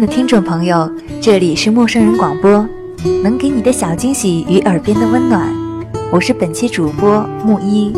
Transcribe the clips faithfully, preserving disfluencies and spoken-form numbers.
的听众朋友，这里是陌生人广播，能给你的小惊喜与耳边的温暖。我是本期主播木一。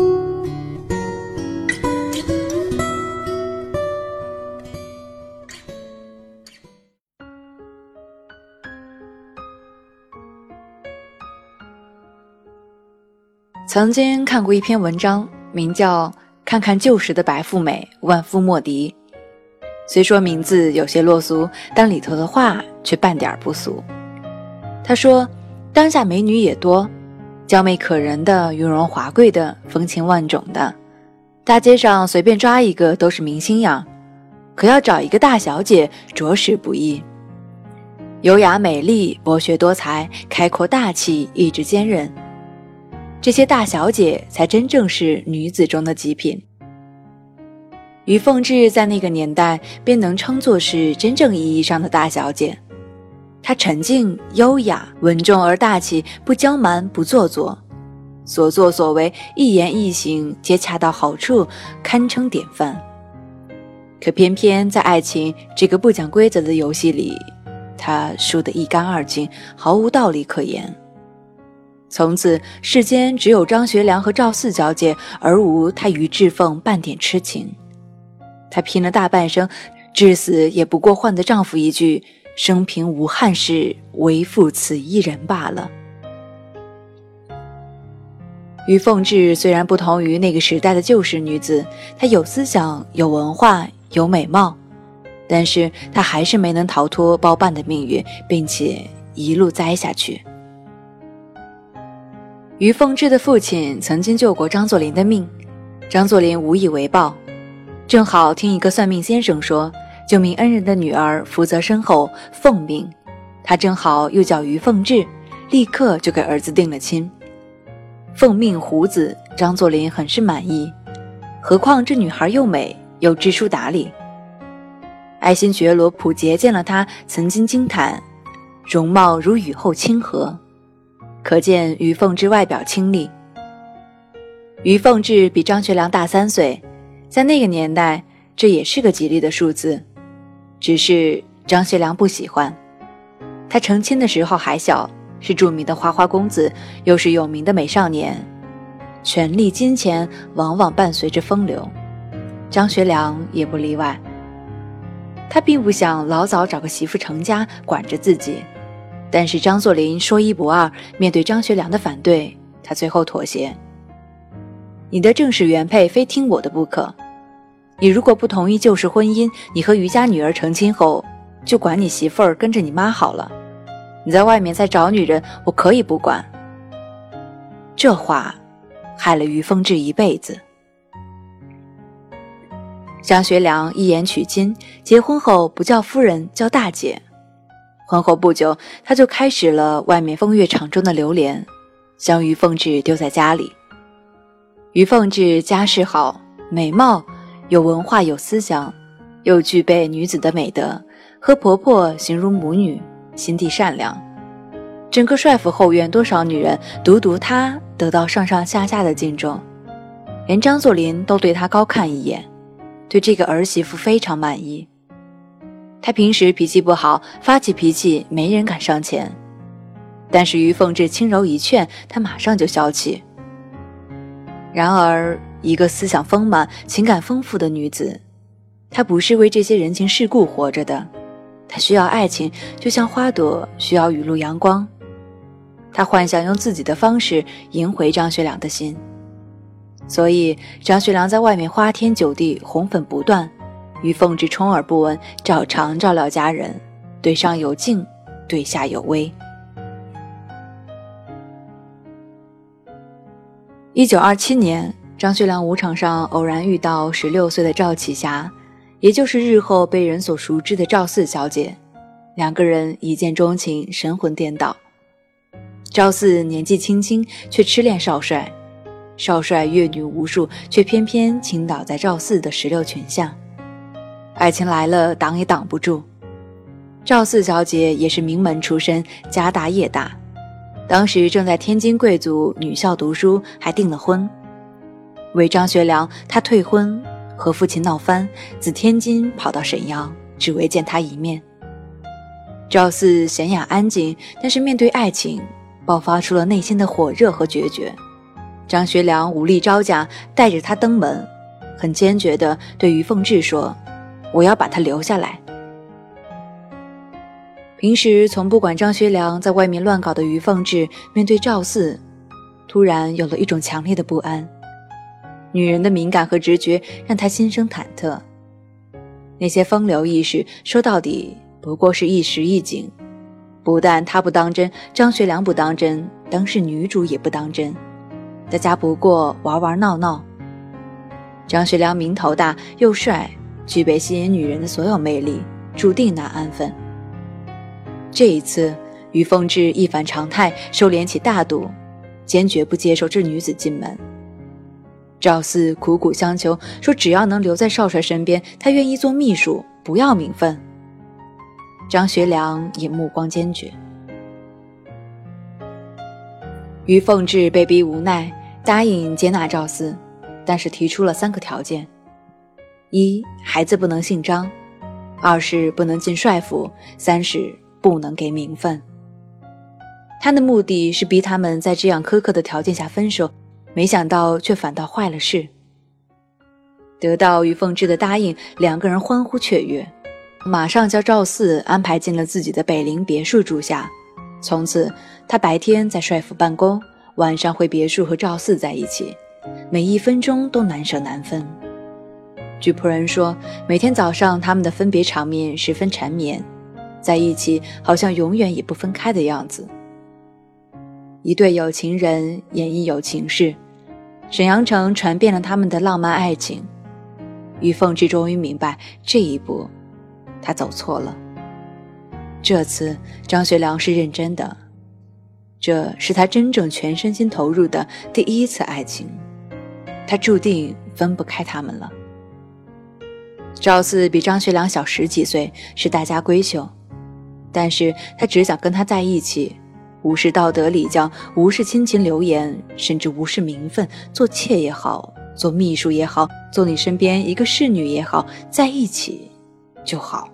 曾经看过一篇文章，名叫《看看旧时的白富美，万夫莫敌》。虽说名字有些落俗，但里头的话却半点不俗。他说，当下美女也多，娇媚可人的，雍容华贵的，风情万种的，大街上随便抓一个都是明星样，可要找一个大小姐着实不易。优雅美丽，博学多才，开阔大气，意志坚韧，这些大小姐才真正是女子中的极品。于凤至在那个年代便能称作是真正意义上的大小姐。她沉静优雅，稳重而大气，不娇蛮不做作，所作所为一言一行皆恰到好处，堪称典范。可偏偏在爱情这个不讲规则的游戏里，她输得一干二净，毫无道理可言。从此世间只有张学良和赵四小姐，而无她与志凤半点痴情。她拼了大半生，至死也不过换得丈夫一句生平无憾事，唯负此一人罢了。于凤至虽然不同于那个时代的旧时女子，她有思想，有文化，有美貌，但是她还是没能逃脱包办的命运，并且一路栽下去。于凤至的父亲曾经救过张作霖的命，张作霖无以为报，正好听一个算命先生说，救命恩人的女儿福泽深厚，凤命，他正好又叫于凤至，立刻就给儿子定了亲。凤命胡子，张作霖很是满意，何况这女孩又美又知书达理。爱新觉罗溥杰见了她，曾经惊叹，容貌如雨后清河，可见于凤至外表清丽。于凤至比张学良大三岁，在那个年代这也是个吉利的数字，只是张学良不喜欢。他成亲的时候还小，是著名的花花公子，又是有名的美少年，权力金钱往往伴随着风流，张学良也不例外。他并不想老早找个媳妇成家管着自己，但是张作霖说一不二，面对张学良的反对，他最后妥协。你的正室原配非听我的不可，你如果不同意旧式婚姻，你和于家女儿成亲后，就管你媳妇儿跟着你妈好了，你在外面再找女人，我可以不管。这话害了于凤至一辈子。张学良一言娶亲，结婚后不叫夫人，叫大姐。婚后不久，他就开始了外面风月场中的流连，将于凤至丢在家里。于凤至家世好，美貌，有文化有思想，又具备女子的美德，和婆婆形如母女，心地善良。整个帅府后院多少女人，独独她得到上上下下的敬重，连张作霖都对她高看一眼，对这个儿媳妇非常满意。她平时脾气不好，发起脾气没人敢上前，但是于凤至轻柔一劝，她马上就消气。然而一个思想丰满情感丰富的女子，她不是为这些人情世故活着的，她需要爱情，就像花朵需要雨露阳光。她幻想用自己的方式赢回张学良的心，所以张学良在外面花天酒地，红粉不断，于凤至充耳不闻，照常照料家人，对上有敬，对下有威。一九二七年，张学良舞场上偶然遇到十六岁的赵启霞，也就是日后被人所熟知的赵四小姐，两个人一见钟情，神魂颠倒。赵四年纪轻轻，却痴恋少帅，少帅阅女无数，却偏偏倾倒在赵四的石榴裙下，爱情来了，挡也挡不住。赵四小姐也是名门出身，家大业大，当时正在天津贵族女校读书，还订了婚。为张学良，她退婚，和父亲闹翻，自天津跑到沈阳，只为见他一面。 赵四娴雅安静，但是面对爱情爆发出了内心的火热和决绝。张学良无力招架，带着他登门，很坚决地对于凤至说，我要把他留下来。平时从不管张学良在外面乱搞的于凤至，面对赵四突然有了一种强烈的不安。女人的敏感和直觉让她心生忐忑，那些风流意识说到底不过是一时一景，不但她不当真，张学良不当真，当时女主也不当真，大家不过玩玩闹闹。张学良名头大又帅，具备吸引女人的所有魅力，注定拿安分。这一次于凤至一反常态，收敛起大度，坚决不接受这女子进门。赵四苦苦相求，说只要能留在少帅身边，他愿意做秘书，不要名分。张学良也目光坚决。于凤至被逼无奈，答应接纳赵四，但是提出了三个条件：一，孩子不能姓张；二是不能进帅府；三是不能给名分。他的目的是逼他们在这样苛刻的条件下分手，没想到却反倒坏了事。得到于凤至的答应，两个人欢呼雀跃，马上将赵四安排进了自己的北陵别墅住下。从此他白天在帅府办公，晚上回别墅和赵四在一起，每一分钟都难舍难分。据仆人说，每天早上他们的分别场面十分缠绵，在一起好像永远也不分开的样子。一对有情人演绎有情事，沈阳城传遍了他们的浪漫爱情。于凤至终于明白，这一步他走错了。这次张学良是认真的，这是他真正全身心投入的第一次爱情，他注定分不开他们了。赵四比张学良小十几岁，是大家闺秀，但是他只想跟他在一起，无视道德礼教，无视亲情流言，甚至无视名分，做妾也好，做秘书也好，做你身边一个侍女也好，在一起就好。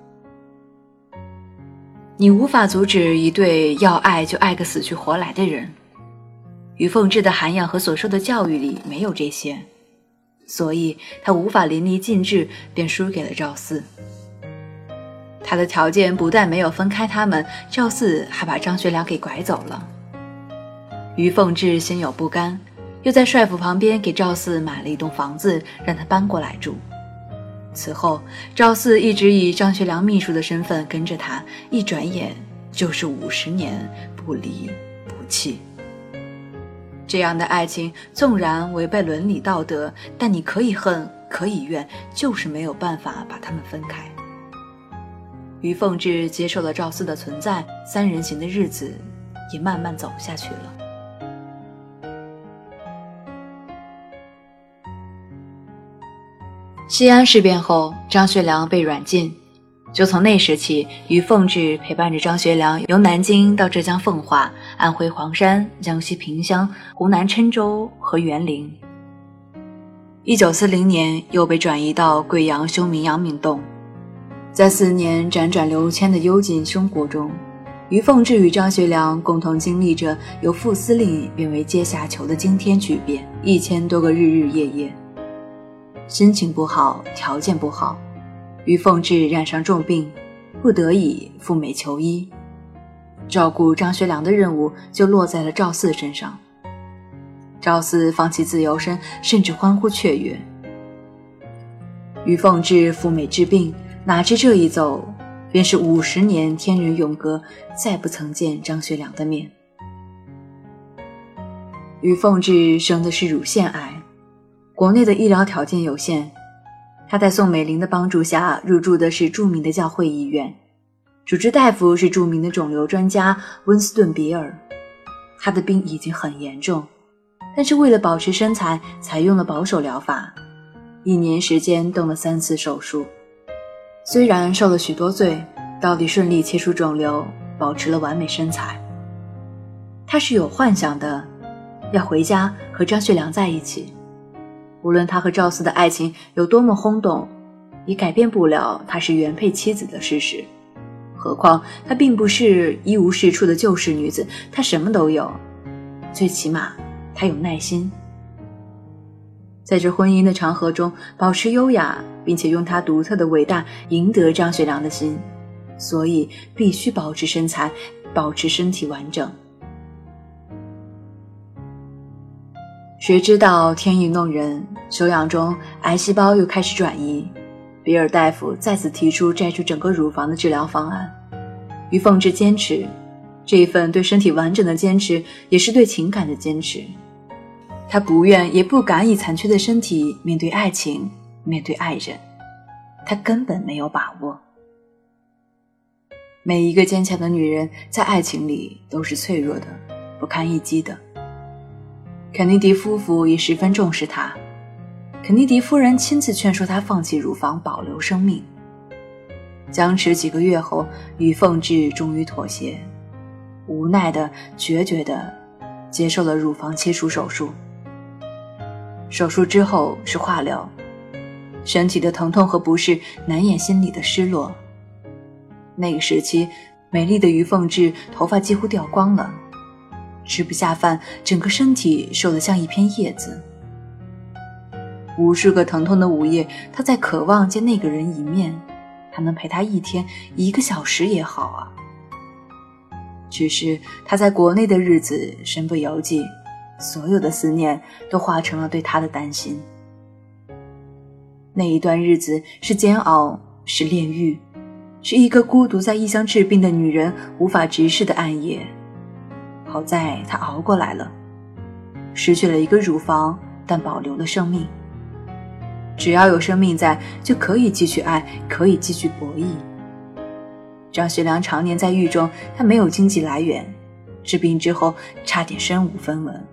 你无法阻止一对要爱就爱个死去活来的人。于凤至的涵养和所受的教育里没有这些，所以他无法淋漓尽致，便输给了赵四。他的条件不但没有分开他们，赵四还把张学良给拐走了。于凤至心有不甘，又在帅府旁边给赵四买了一栋房子，让他搬过来住。此后赵四一直以张学良秘书的身份跟着他，一转眼就是五十年，不离不弃。这样的爱情纵然违背伦理道德，但你可以恨可以怨，就是没有办法把他们分开。于凤至接受了赵四的存在，三人行的日子也慢慢走下去了。西安事变后，张学良被软禁，就从那时起，于凤至陪伴着张学良由南京到浙江奉化、安徽黄山、江西萍乡、湖南郴州和园陵。一九四零年又被转移到贵阳修明阳明洞。在四年辗转流迁的幽禁生活中，于凤至与张学良共同经历着由副司令变为阶下囚的惊天巨变，一千多个日日夜夜。心情不好，条件不好，于凤至染上重病，不得已赴美求医，照顾张学良的任务就落在了赵四身上。赵四放弃自由身，甚至欢呼雀跃。于凤至赴美治病，哪知这一走便是五十年天人永隔，再不曾见张学良的面。于凤至生的是乳腺癌，国内的医疗条件有限，他在宋美龄的帮助下入住的是著名的教会医院，主治大夫是著名的肿瘤专家温斯顿比尔。他的病已经很严重，但是为了保持身材，采用了保守疗法，一年时间动了三次手术。虽然受了许多罪，到底顺利切除肿瘤，保持了完美身材。他是有幻想的，要回家和张学良在一起。无论他和赵四的爱情有多么轰动，也改变不了他是原配妻子的事实。 何况她并不是一无是处的旧式女子，她什么都有，最起码她有耐心。在这婚姻的长河中保持优雅，并且用她独特的伟大赢得张学良的心，所以必须保持身材，保持身体完整。谁知道天意弄人，休养中癌细胞又开始转移，比尔大夫再次提出摘除整个乳房的治疗方案。于凤至坚持，这一份对身体完整的坚持也是对情感的坚持。她不愿也不敢以残缺的身体面对爱情，面对爱人，她根本没有把握。每一个坚强的女人在爱情里都是脆弱的，不堪一击的。肯尼迪夫妇也十分重视她，肯尼迪夫人亲自劝说她放弃乳房，保留生命。僵持几个月后，于凤至终于妥协，无奈的、决绝的接受了乳房切除手术。手术之后是化疗，身体的疼痛和不适难掩心里的失落。那个时期，美丽的于凤至头发几乎掉光了，吃不下饭，整个身体瘦得像一片叶子。无数个疼痛的午夜，她在渴望见那个人一面，他能陪她一天一个小时也好啊。只是她在国内的日子身不由己，所有的思念都化成了对他的担心。那一段日子是煎熬，是炼狱，是一个孤独在异乡治病的女人无法直视的暗夜。好在她熬过来了，失去了一个乳房，但保留了生命。只要有生命在，就可以继续爱，可以继续博弈。张学良常年在狱中，他没有经济来源，治病之后差点身无分文。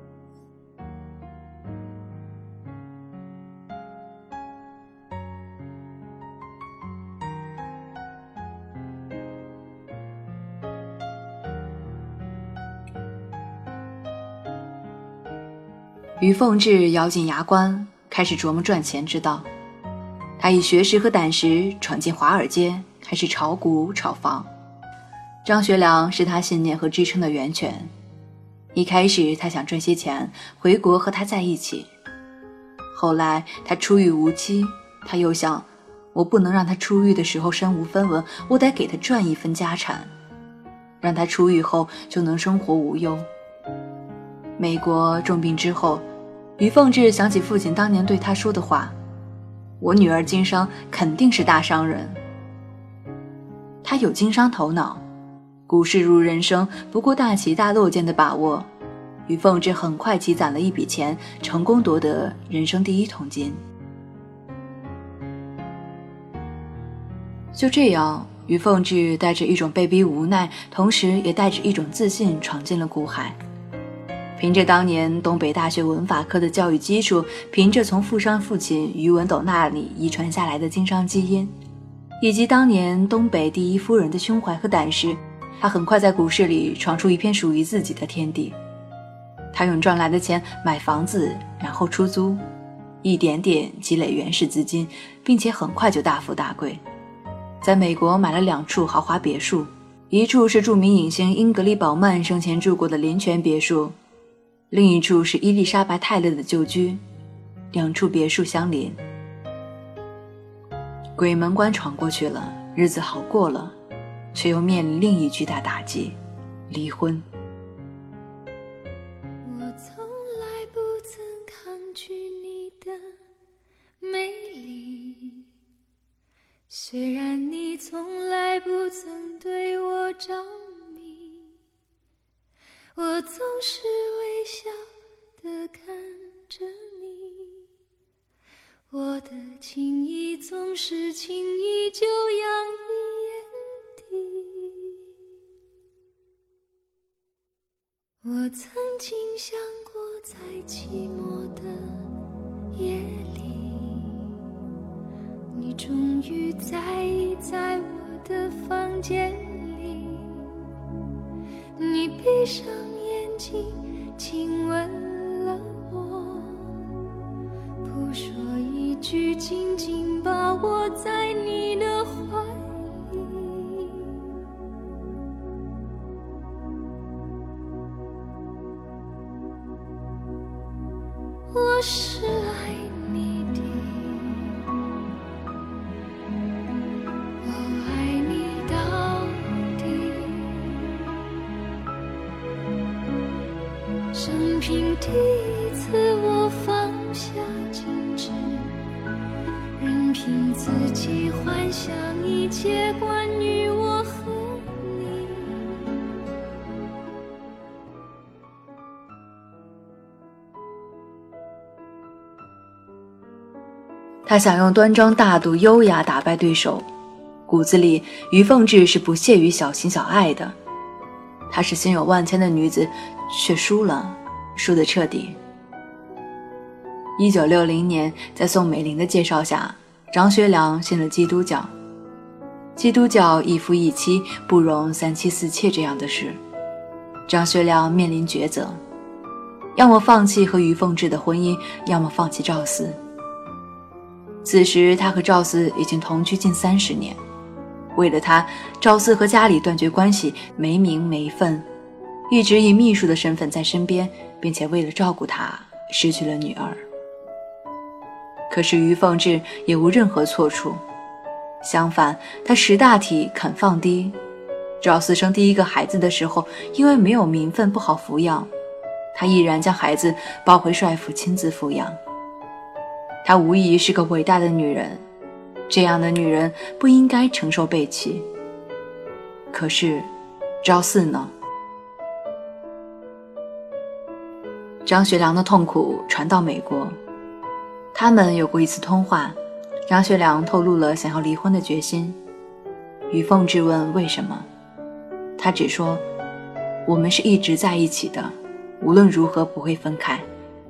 于凤至咬紧牙关，开始琢磨赚钱之道。他以学识和胆识闯进华尔街，开始炒股炒房。张学良是他信念和支撑的源泉。一开始他想赚些钱回国和他在一起，后来他出狱无期，他又想，我不能让他出狱的时候身无分文，我得给他赚一份家产，让他出狱后就能生活无忧。美国重病之后，于凤至想起父亲当年对他说的话，我女儿经商肯定是大商人。他有经商头脑，股市如人生，不过大起大落间的把握。于凤至很快积攒了一笔钱，成功夺得人生第一桶金。就这样，于凤至带着一种被逼无奈，同时也带着一种自信闯进了股海。凭着当年东北大学文法科的教育基础，凭着从富商父亲于文斗那里遗传下来的经商基因，以及当年东北第一夫人的胸怀和胆识，他很快在股市里闯出一片属于自己的天地。他用赚来的钱买房子，然后出租，一点点积累原始资金，并且很快就大富大贵。在美国买了两处豪华别墅，一处是著名影星英格丽·宝曼生前住过的林泉别墅，另一处是伊丽莎白·泰勒的旧居，两处别墅相邻。鬼门关闯过去了，日子好过了，却又面临另一巨大打击——离婚。 我从来不曾抗拒你的美丽，虽然你从来不曾对我着迷，我总是微笑地看着你，我的情意总是轻易就洋溢眼底。我曾经想过，在寂寞的夜里，你终于在意在我的房间里，你闭上眼睛亲吻了我，不说一句，紧紧把我在你的怀里。 我是爱你的，我爱你到底。生平第一次我放下矜持，任凭自己幻想一切关于我和你。 他想用端庄大度优雅打败对手，骨子里于凤至是不屑于小情小爱的。她是心有万千的女子，却输了，输得彻底。一九六零年，在宋美龄的介绍下，张学良信了基督教。基督教一夫一妻，不容三妻四妾这样的事。张学良面临抉择，要么放弃和于凤至的婚姻，要么放弃赵四。此时他和赵四已经同居近三十年，为了他，赵四和家里断绝关系，没名没分，一直以秘书的身份在身边，并且为了照顾他，失去了女儿。可是于凤至也无任何错处，相反，他识大体，肯放低。赵四生第一个孩子的时候，因为没有名分不好抚养，他毅然将孩子抱回帅府亲自抚养。她无疑是个伟大的女人，这样的女人不应该承受背弃。可是赵四呢？张学良的痛苦传到美国，他们有过一次通话，张学良透露了想要离婚的决心。于凤至问为什么，他只说我们是一直在一起的，无论如何不会分开。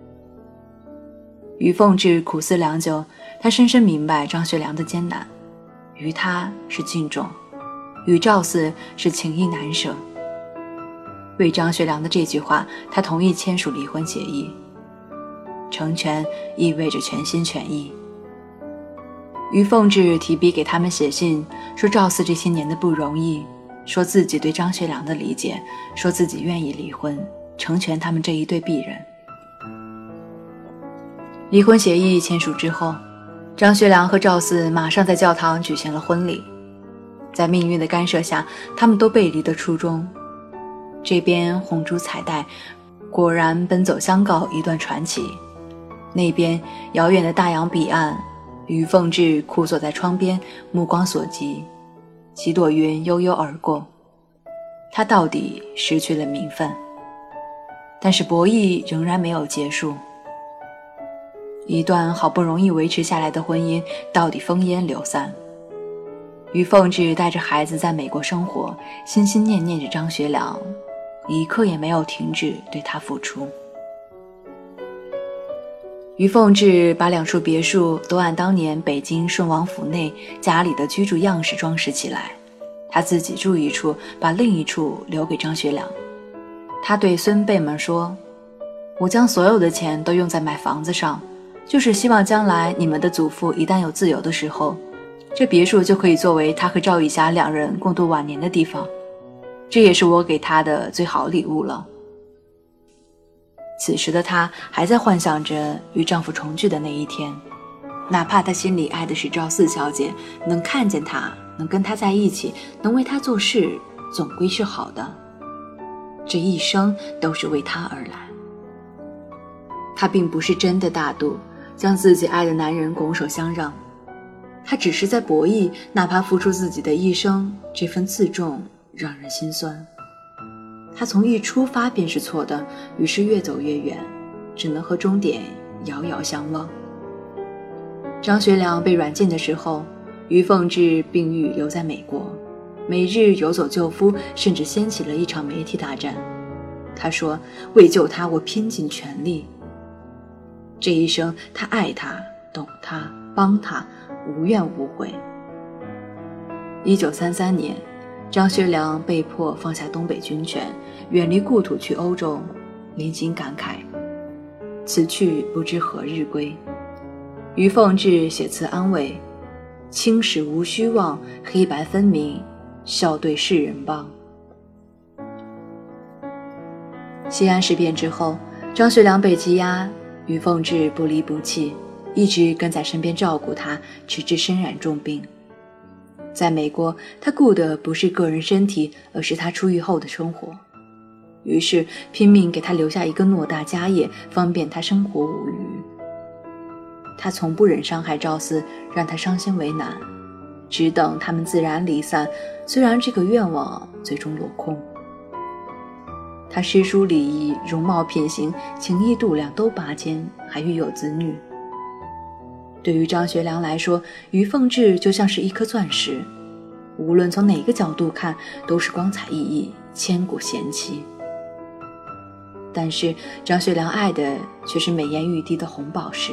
于凤至苦思良久，他深深明白张学良的艰难，于他是敬重，与赵四是情意难舍。为张学良的这句话，他同意签署离婚协议。成全意味着全心全意。于凤至提笔给他们写信，说赵四这些年的不容易，说自己对张学良的理解，说自己愿意离婚，成全他们这一对璧人。离婚协议签署之后，张学良和赵四马上在教堂举行了婚礼。在命运的干涉下，他们都背离了初衷。这边红烛彩带，果然奔走相告一段传奇。那边遥远的大洋彼岸，于凤至枯坐在窗边，目光所及，几朵云悠悠而过。他到底失去了名分，但是博弈仍然没有结束。一段好不容易维持下来的婚姻到底烽烟流散。于凤至带着孩子在美国生活，心心念念着张学良，一刻也没有停止对他付出。于凤至把两处别墅都按当年北京顺王府内家里的居住样式装饰起来，他自己住一处，把另一处留给张学良。他对孙辈们说，我将所有的钱都用在买房子上，就是希望将来你们的祖父一旦有自由的时候，这别墅就可以作为他和赵以霞两人共度晚年的地方，这也是我给他的最好礼物了。此时的她还在幻想着与丈夫重聚的那一天，哪怕她心里爱的是赵四小姐，能看见她，能跟她在一起，能为她做事，总归是好的。这一生都是为她而来。她并不是真的大度，将自己爱的男人拱手相让，她只是在博弈，哪怕付出自己的一生，这份自重让人心酸。他从一出发便是错的，于是越走越远，只能和终点遥遥相望。张学良被软禁的时候，于凤至病愈留在美国，每日游走救夫，甚至掀起了一场媒体大战。他说，为救他我拼尽全力。这一生他爱他，懂他，帮他，无怨无悔。一九三三年，张学良被迫放下东北军权，远离故土去欧洲，临行感慨，此去不知何日归。于凤至写词安慰，青史无虚妄，黑白分明，笑对世人帮。西安事变之后，张学良被羁押， 于凤至不离不弃，一直跟在身边照顾他，直至身染重病。在美国，他顾的不是个人身体，而是他出狱后的生活，于是拼命给他留下一个偌大家业，方便他生活无虞。他从不忍伤害赵四，让他伤心为难，只等他们自然离散，虽然这个愿望最终落空。他诗书礼仪、容貌品行、情义度量都拔尖，还育有子女。对于张学良来说，于凤至就像是一颗钻石，无论从哪个角度看都是光彩熠熠，千古贤妻。但是张学良爱的却是美艳欲滴的红宝石。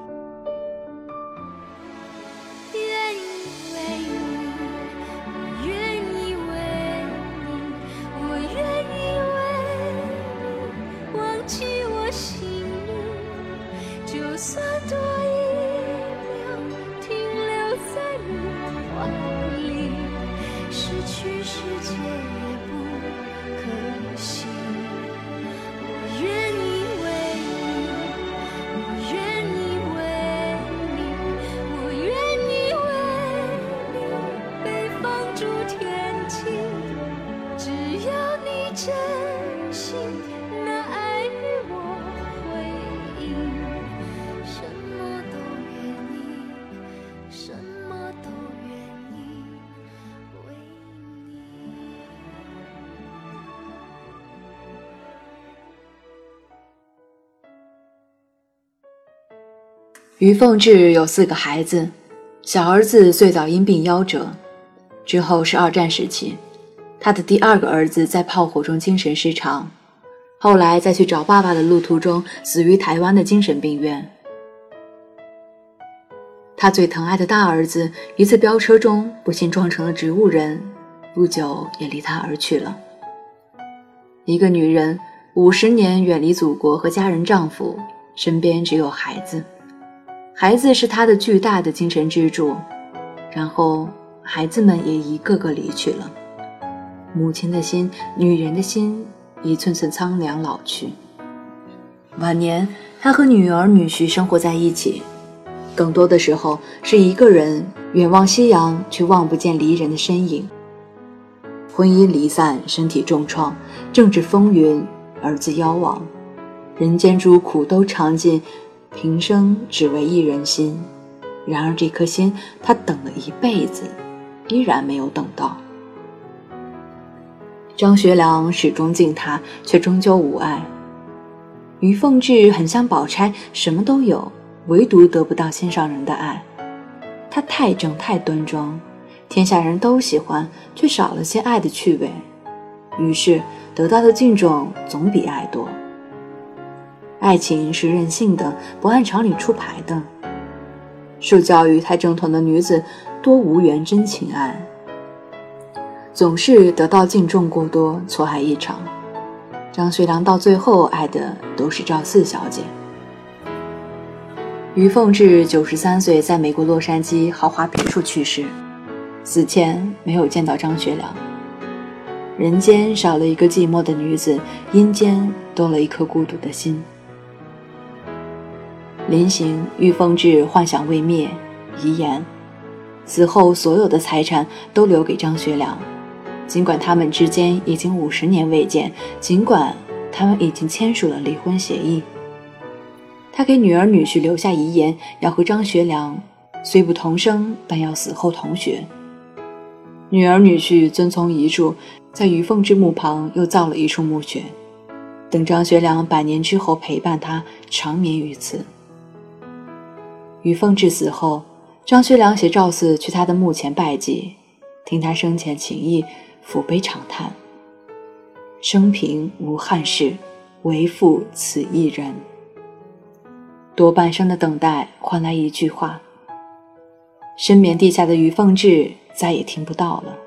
于凤至有四个孩子，小儿子最早因病夭折，之后是二战时期，他的第二个儿子在炮火中精神失常，后来在去找爸爸的路途中死于台湾的精神病院。他最疼爱的大儿子一次飙车中不幸撞成了植物人，不久也离他而去了。一个女人五十年远离祖国和家人丈夫，身边只有孩子，孩子是她的巨大的精神支柱，然后孩子们也一个个离去了。母亲的心，女人的心，一寸寸苍凉老去。晚年，她和女儿女婿生活在一起，更多的时候是一个人远望夕阳，却望不见离人的身影。婚姻离散，身体重创，政治风云，儿子夭亡，人间诸苦都尝尽，平生只为一人心。然而这颗心，他等了一辈子，依然没有等到。张学良始终敬他，却终究无爱。于凤至很像宝钗，什么都有，唯独得不到心上人的爱。他太正太端庄，天下人都喜欢，却少了些爱的趣味，于是得到的敬重总比爱多。爱情是任性的，不按常理出牌的。受教育太正统的女子多无缘真情爱，总是得到敬重过多，错爱一场。张学良到最后爱的都是赵四小姐。于凤至九十三岁在美国洛杉矶豪华别墅去世，死前没有见到张学良。人间少了一个寂寞的女子，阴间多了一颗孤独的心。临行，于凤至幻想未灭，遗言死后所有的财产都留给张学良，尽管他们之间已经五十年未见，尽管他们已经签署了离婚协议。他给女儿女婿留下遗言，要和张学良虽不同生，但要死后同学。女儿女婿遵从遗嘱，在于凤至墓旁又造了一处墓穴，等张学良百年之后陪伴他长眠于此。于凤至死后，张学良携赵四去他的墓前拜祭，听他生前情谊，抚悲长叹：生平无憾事，唯负此一人。多半生的等待换来一句话，深眠地下的于凤至再也听不到了。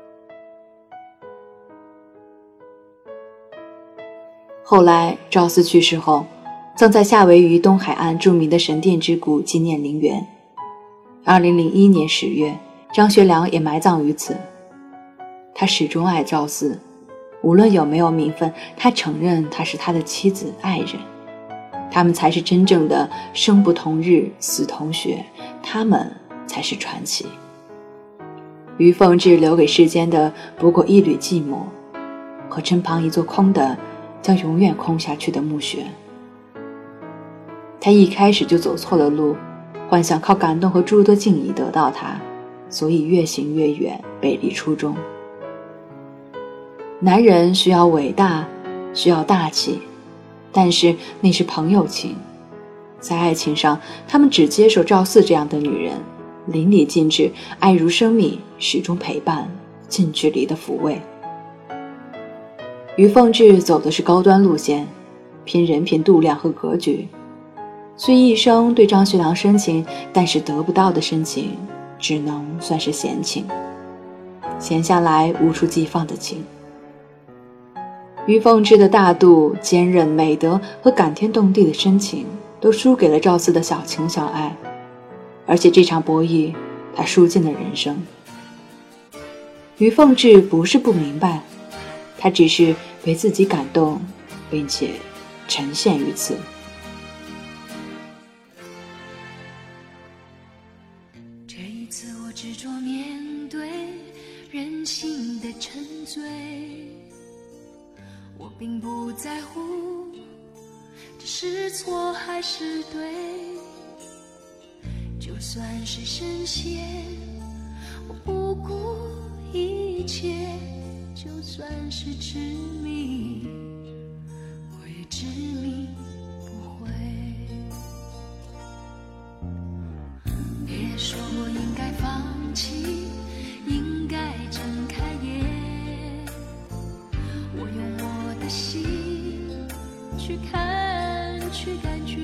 后来赵四去世后，葬在夏威夷东海岸著名的神殿之谷纪念陵园。二零零一年十月，张学良也埋葬于此。他始终爱赵四，无论有没有名分，他承认她是他的妻子爱人。 他们才是真正的生不同日，死同穴，他们才是传奇。于凤至留给世间的不过一缕寂寞，和身旁一座空的将永远空下去的墓穴。他一开始就走错了路，幻想靠感动和诸多敬意得到他，所以越行越远，背离初衷。男人需要伟大，需要大气，但是那是朋友情。在爱情上，他们只接受赵四这样的女人，淋漓尽致，爱如生命，始终陪伴，近距离的抚慰。于凤至走的是高端路线，拼人品度量和格局。虽一生对张学良深情，但是得不到的深情只能算是闲情，闲下来无处寄放的情。于凤至的大度、坚韧、美德和感天动地的深情都输给了赵四的小情小爱，而且这场博弈他输尽了人生。于凤至不是不明白，他只是被自己感动，并且沉陷于此。 这一次我执着面对人性的沉醉，我并不在乎这是错还是对，就算是深陷我不顾一切，就算是执迷我也执迷不会。别说我应该放弃，应该睁开眼，我用我的心去看去感觉，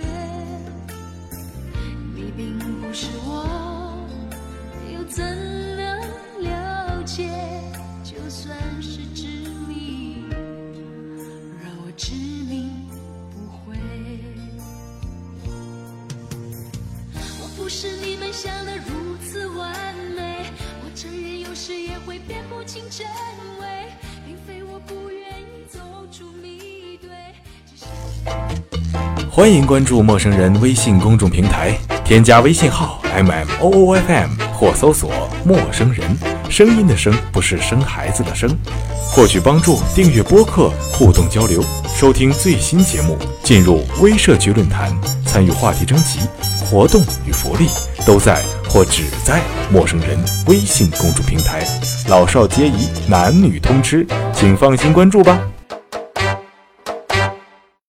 你并不是我，又怎能了解，就算是执迷，让我执迷不悔。我不是你们想的如此完美，我承认有时也会辨不清真伪，并非我不愿意走出迷对，只是欢迎关注陌生人微信公众平台，添加微信号 M M O O F M 或搜索陌生人，声音的声不是生孩子的生。获取帮助，订阅播客，互动交流，收听最新节目，进入微社区论坛，参与话题征集，活动与福利都在或只在陌生人微信公众平台，老少皆宜，男女通吃，请放心关注吧。